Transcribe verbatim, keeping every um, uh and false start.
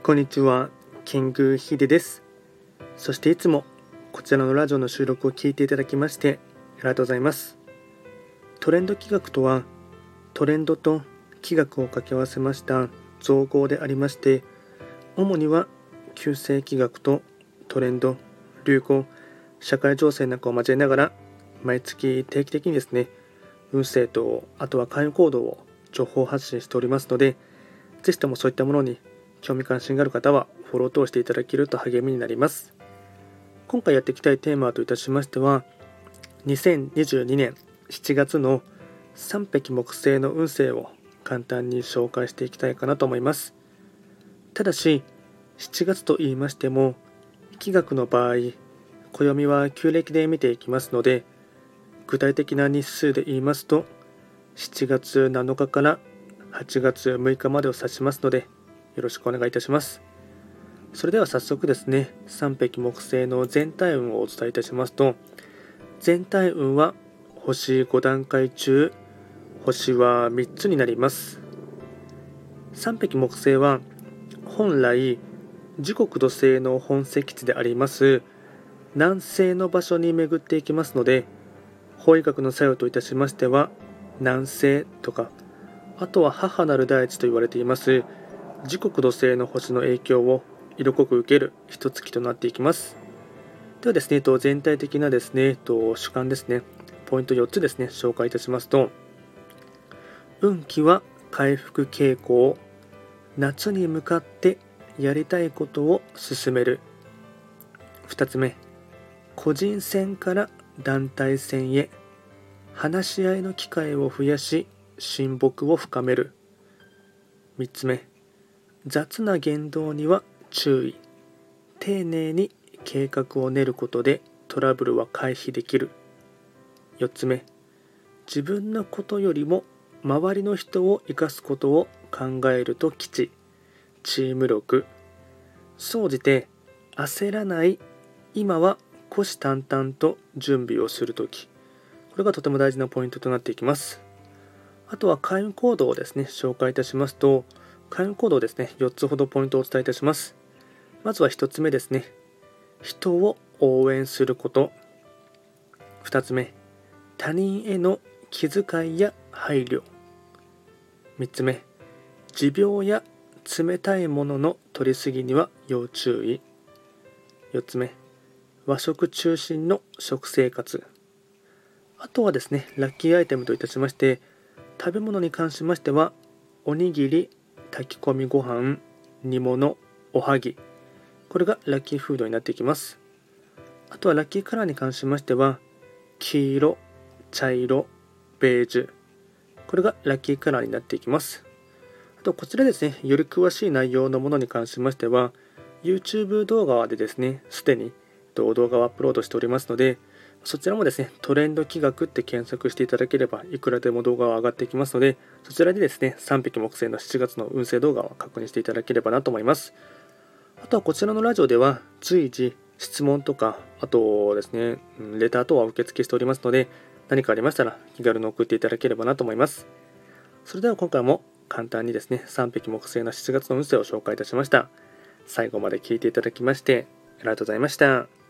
こんにちは、キングヒデです。そしていつもこちらのラジオの収録を聞いていただきましてありがとうございます。トレンド企画とは、トレンドと企画を掛け合わせました造語でありまして、主には旧世企画とトレンド、流行、社会情勢なんかを交えながら、毎月定期的にですね、運勢とあとは開運行動を情報発信しておりますので、ぜひともそういったものに興味関心がある方はフォロー等していただけると励みになります。今回やっていきたいテーマといたしましては、にせんにじゅうにねんしちがつのさん匹木星の運勢を簡単に紹介していきたいかなと思います。ただししちがつと言いましても、気学の場合暦は旧暦で見ていきますので、具体的な日数で言いますとしちがつなのかからはちがつむいかまでを指しますので、よろしくお願いいたします。それでは早速ですね、さん匹木星の全体運をお伝えいたしますと、全体運は星ご段階中、星はみっつになります。さん匹木星は本来時刻土星の本石地であります南西の場所に巡っていきますので、法医学の作用といたしましては、南西とか、あとは母なる大地と言われています時刻土星の星の影響を色濃く受ける一月となっていきます。ではですね、全体的なですね、主観ですね、ポイントよっつですね、紹介いたしますと、運気は回復傾向、夏に向かってやりたいことを進める。ふたつめ、個人戦から団体戦へ、話し合いの機会を増やし親睦を深める。みっつめ、雑な言動には注意、丁寧に計画を練ることでトラブルは回避できる。よっつめ、自分のことよりも周りの人を生かすことを考えると吉、チーム力、総じて焦らない、今は虎視眈々と準備をするとき、これがとても大事なポイントとなっていきます。あとは開運行動をですね、紹介いたしますと、開運行動ですね、よっつほどポイントをお伝えいたします。まずはひとつめですね、人を応援すること。ふたつめ、他人への気遣いや配慮。みっつめ、持病や冷たいものの摂りすぎには要注意。よっつめ、和食中心の食生活。あとはですね、ラッキーアイテムといたしまして、食べ物に関しましては、おにぎり、炊き込みご飯、煮物、おはぎ、これがラッキーフードになっていきます。あとはラッキーカラーに関しましては、黄色、茶色、ベージュ、これがラッキーカラーになっていきます。あとこちらですね、より詳しい内容のものに関しましては YouTube 動画でですね、すでに動画をアップロードしておりますので、そちらもですね、トレンド企画って検索していただければいくらでも動画が上がっていきますので、そちらでですね、さん匹木星のしちがつの運勢動画を確認していただければなと思います。あとはこちらのラジオでは随時質問とか、あとですね、レター等は受付しておりますので、何かありましたら気軽に送っていただければなと思います。それでは今回も簡単にですね、さん匹木星のしちがつの運勢を紹介いたしました。最後まで聞いていただきましてありがとうございました。